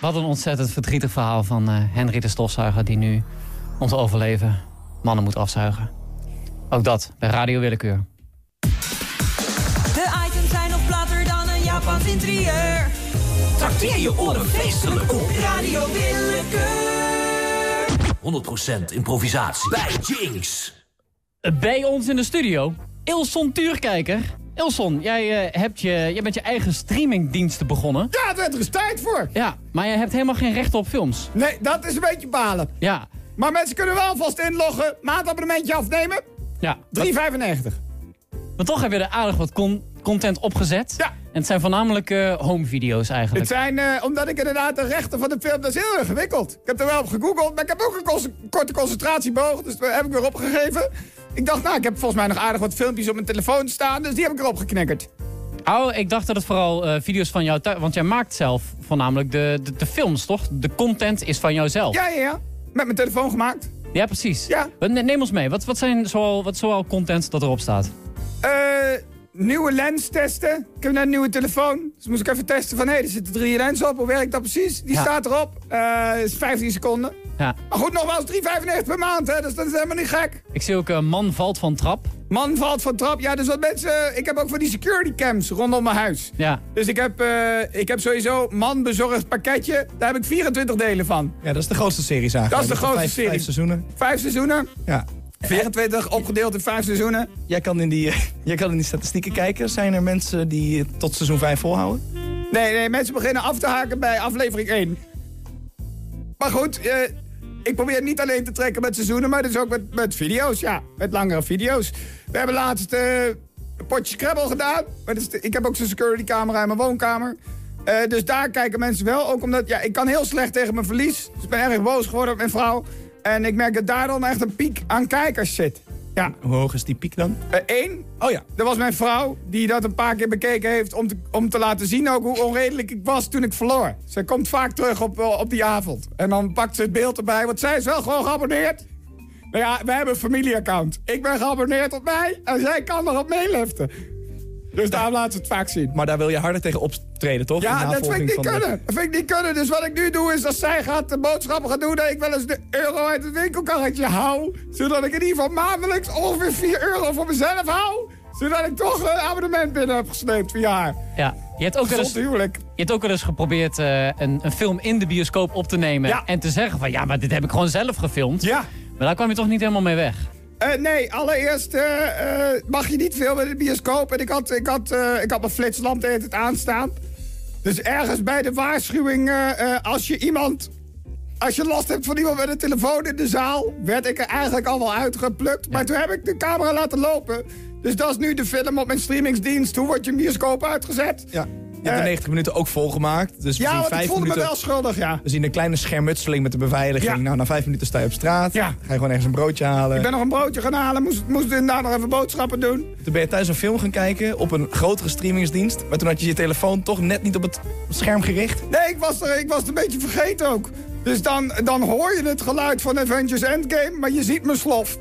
Wat een ontzettend verdrietig verhaal van Henry de stofzuiger... die nu ons overleven mannen moet afzuigen. Ook dat bij Radio Willekeur. De items zijn nog platter dan een Japans interieur. Trakteer je oren feestelijk op Radio Willekeur. 100% improvisatie bij Jinx. Bij ons in de studio, Ilson Tuurkijker. Ilson, jij bent je eigen streamingdiensten begonnen. Ja, daar is er tijd voor. Ja, maar jij hebt helemaal geen recht op films. Nee, dat is een beetje balen. Ja. Maar mensen kunnen wel vast inloggen, maandabonnementje afnemen. Ja. $3,95. Maar toch heb je er aardig wat content opgezet. Ja. En het zijn voornamelijk homevideo's eigenlijk. Het zijn, omdat ik inderdaad de rechten van de film, dat is heel ingewikkeld. Ik heb er wel op gegoogeld, maar ik heb ook een korte concentratieboog. Dus daar heb ik weer opgegeven. Ik dacht, ik heb volgens mij nog aardig wat filmpjes op mijn telefoon staan. Dus die heb ik erop geknikkerd. Oh, ik dacht dat het vooral video's van jou thuis... Want jij maakt zelf voornamelijk de films, toch? De content is van jouzelf. Ja. Met mijn telefoon gemaakt. Ja, precies. Ja. Neem ons mee. Wat zijn zoal content dat erop staat? Nieuwe lens testen. Ik heb net een nieuwe telefoon. Dus moest ik even testen van, er zitten 3 lenzen op. Hoe werkt dat precies? Die staat erop. Is 15 seconden. Ja. Maar goed, nogmaals, $3,95 per maand, hè. Dus dat is helemaal niet gek. Ik zie ook man valt van trap. Man valt van trap. Ja, dus wat mensen... Ik heb ook van die security cams rondom mijn huis. Ja. Dus ik heb sowieso man bezorgd pakketje. Daar heb ik 24 delen van. Ja, dat is de grootste serie, zagen. Dat is de grootste serie. 5 seizoenen. 5 seizoenen. Ja. 24 opgedeeld in 5 seizoenen. Jij kan in die statistieken kijken. Zijn er mensen die tot seizoen 5 volhouden? Nee, mensen beginnen af te haken bij aflevering 1. Maar goed, ik probeer niet alleen te trekken met seizoenen, maar dus ook met video's. Ja, met langere video's. We hebben laatst een potje Scrabble gedaan. Ik heb ook zo'n security camera in mijn woonkamer. Dus daar kijken mensen wel. Ook omdat, ik kan heel slecht tegen mijn verlies. Dus ik ben erg boos geworden op mijn vrouw. En ik merk dat daar dan echt een piek aan kijkers zit. Ja. Hoe hoog is die piek dan? 1. Oh ja. Dat was mijn vrouw die dat een paar keer bekeken heeft om te laten zien ook hoe onredelijk ik was toen ik verloor. Ze komt vaak terug op die avond. En dan pakt ze het beeld erbij, want zij is wel gewoon geabonneerd. Nou ja, we hebben een familieaccount. Ik ben geabonneerd op mij en zij kan erop meeliften. Dus daarom laat ze het vaak zien. Maar daar wil je harder tegen optreden, toch? Ja, dat vind ik niet kunnen. Dat vind ik niet kunnen. Dus wat ik nu doe is, als zij de boodschappen gaat doen, dat ik wel eens de euro uit het winkelkarretje hou. Zodat ik in ieder geval maandelijks ongeveer €4 voor mezelf hou. Zodat ik toch een abonnement binnen heb gesleept voor jaar. Ja, je hebt ook wel eens geprobeerd een film in de bioscoop op te nemen. Ja. En te zeggen van, maar dit heb ik gewoon zelf gefilmd. Ja. Maar daar kwam je toch niet helemaal mee weg? Nee, allereerst mag je niet filmen in de bioscoop. En ik had mijn flitslamp de hele tijd aanstaan. Dus ergens bij de waarschuwing, als je last hebt van iemand met een telefoon in de zaal, werd ik er eigenlijk al wel uitgeplukt. Maar toen heb ik de camera laten lopen. Dus dat is nu de film op mijn streamingsdienst. Hoe wordt je bioscoop uitgezet? Ja. Je hebt de 90 minuten ook volgemaakt. Dus want ik voelde me wel schuldig, ja. We zien een kleine schermutseling met de beveiliging. Ja. Nou, na 5 minuten sta je op straat. Ja. Ga je gewoon ergens een broodje halen. Ik ben nog een broodje gaan halen. Moest inderdaad nog even boodschappen doen. Toen ben je thuis een film gaan kijken op een grotere streamingsdienst. Maar toen had je je telefoon toch net niet op het scherm gericht. Nee, ik was het een beetje vergeten ook. Dus dan hoor je het geluid van Avengers Endgame, maar je ziet mijn slof.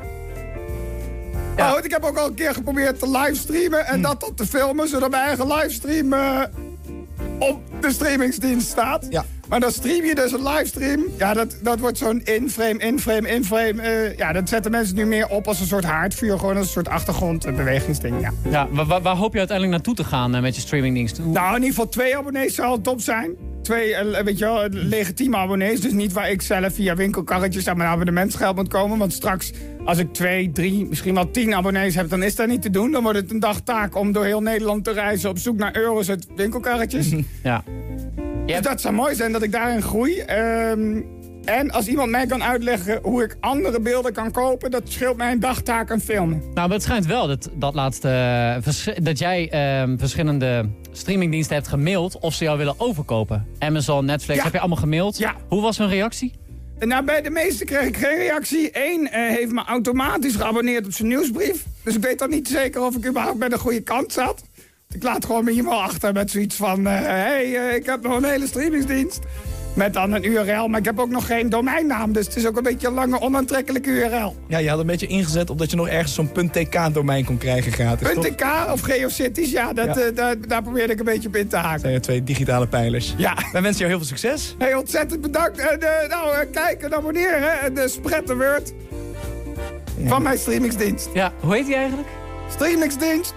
Ja. Ik heb ook al een keer geprobeerd te livestreamen en dat op te filmen, zodat mijn eigen livestream op de streamingsdienst staat. Ja. Maar dan stream je dus een livestream. Ja, dat wordt zo'n in-frame. Dat zetten mensen nu meer op als een soort haardvuur, gewoon als een soort achtergrondbewegingsding. Ja. Waar hoop je uiteindelijk naartoe te gaan met je streamingdienst? Nou, in ieder geval 2 abonnees zou top zijn. 2, legitieme abonnees. Dus niet waar ik zelf via winkelkarretjes aan mijn abonnementsgeld moet komen. Want straks, als ik 2, 3, misschien wel 10 abonnees heb, dan is dat niet te doen. Dan wordt het een dagtaak om door heel Nederland te reizen op zoek naar euro's uit winkelkarretjes. Ja. Dus dat zou mooi zijn dat ik daarin groei. En als iemand mij kan uitleggen hoe ik andere beelden kan kopen, dat scheelt mij een dagtaak aan filmen. Nou, maar het schijnt wel dat dat jij verschillende streamingdiensten hebt gemaild of ze jou willen overkopen. Amazon, Netflix, heb je allemaal gemaild? Ja. Hoe was hun reactie? Nou, bij de meeste kreeg ik geen reactie. 1 heeft me automatisch geabonneerd op zijn nieuwsbrief. Dus ik weet dan niet zeker of ik überhaupt bij de goede kant zat. Ik laat gewoon mijn e-mail achter met zoiets van, ik heb nog een hele streamingsdienst. Met dan een URL, maar ik heb ook nog geen domeinnaam. Dus het is ook een beetje een lange, onaantrekkelijke URL. Ja, je had een beetje ingezet op dat je nog ergens zo'n .tk-domein kon krijgen gratis. .tk of GeoCities, daar probeerde ik een beetje op in te haken. Dat zijn 2 digitale pijlers. Ja. Wij wensen jou heel veel succes. Hey, ontzettend bedankt. En kijk en abonneren. En spread the word van mijn streamingsdienst. Ja, hoe heet die eigenlijk? Streamingsdienst.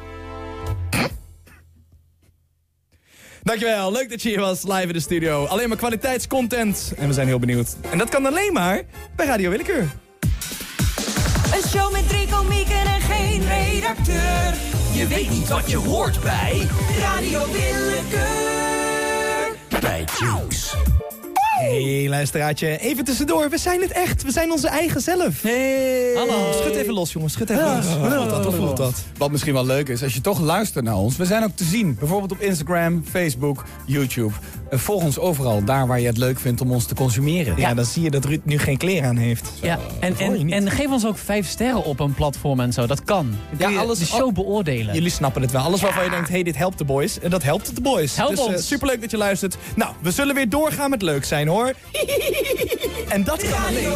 Dankjewel, leuk dat je hier was, live in de studio. Alleen maar kwaliteitscontent. En we zijn heel benieuwd. En dat kan alleen maar bij Radio Willekeur. Een show met 3 komieken en geen redacteur. Je weet niet wat je hoort bij Radio Willekeur. Bij Jinx. Hey luisteraartje, even tussendoor. We zijn het echt. We zijn onze eigen zelf. Hey. Hallo. Schud even los, jongens. Schud even los. Hoe voelt dat? Hoe voelt dat? Wat misschien wel leuk is, als je toch luistert naar ons. We zijn ook te zien, bijvoorbeeld op Instagram, Facebook, YouTube. Volg ons overal, daar waar je het leuk vindt om ons te consumeren. Ja, dan zie je dat Ruud nu geen kleren aan heeft. Ja, en geef ons ook 5 sterren op een platform en zo. Dat kan. Dan kun je alles- de show beoordelen. Jullie snappen het wel. Alles waarvan je denkt, hey, dit helpt de boys. En dat helpt de boys. Help dus, ons. superleuk dat je luistert. Nou, we zullen weer doorgaan met leuk zijn, hoor. En dat kan alleen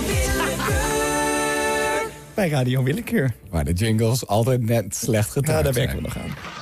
bij Radio Willekeur. Maar de jingles altijd net slecht Ja, getimed daar zijn. werken we nog aan.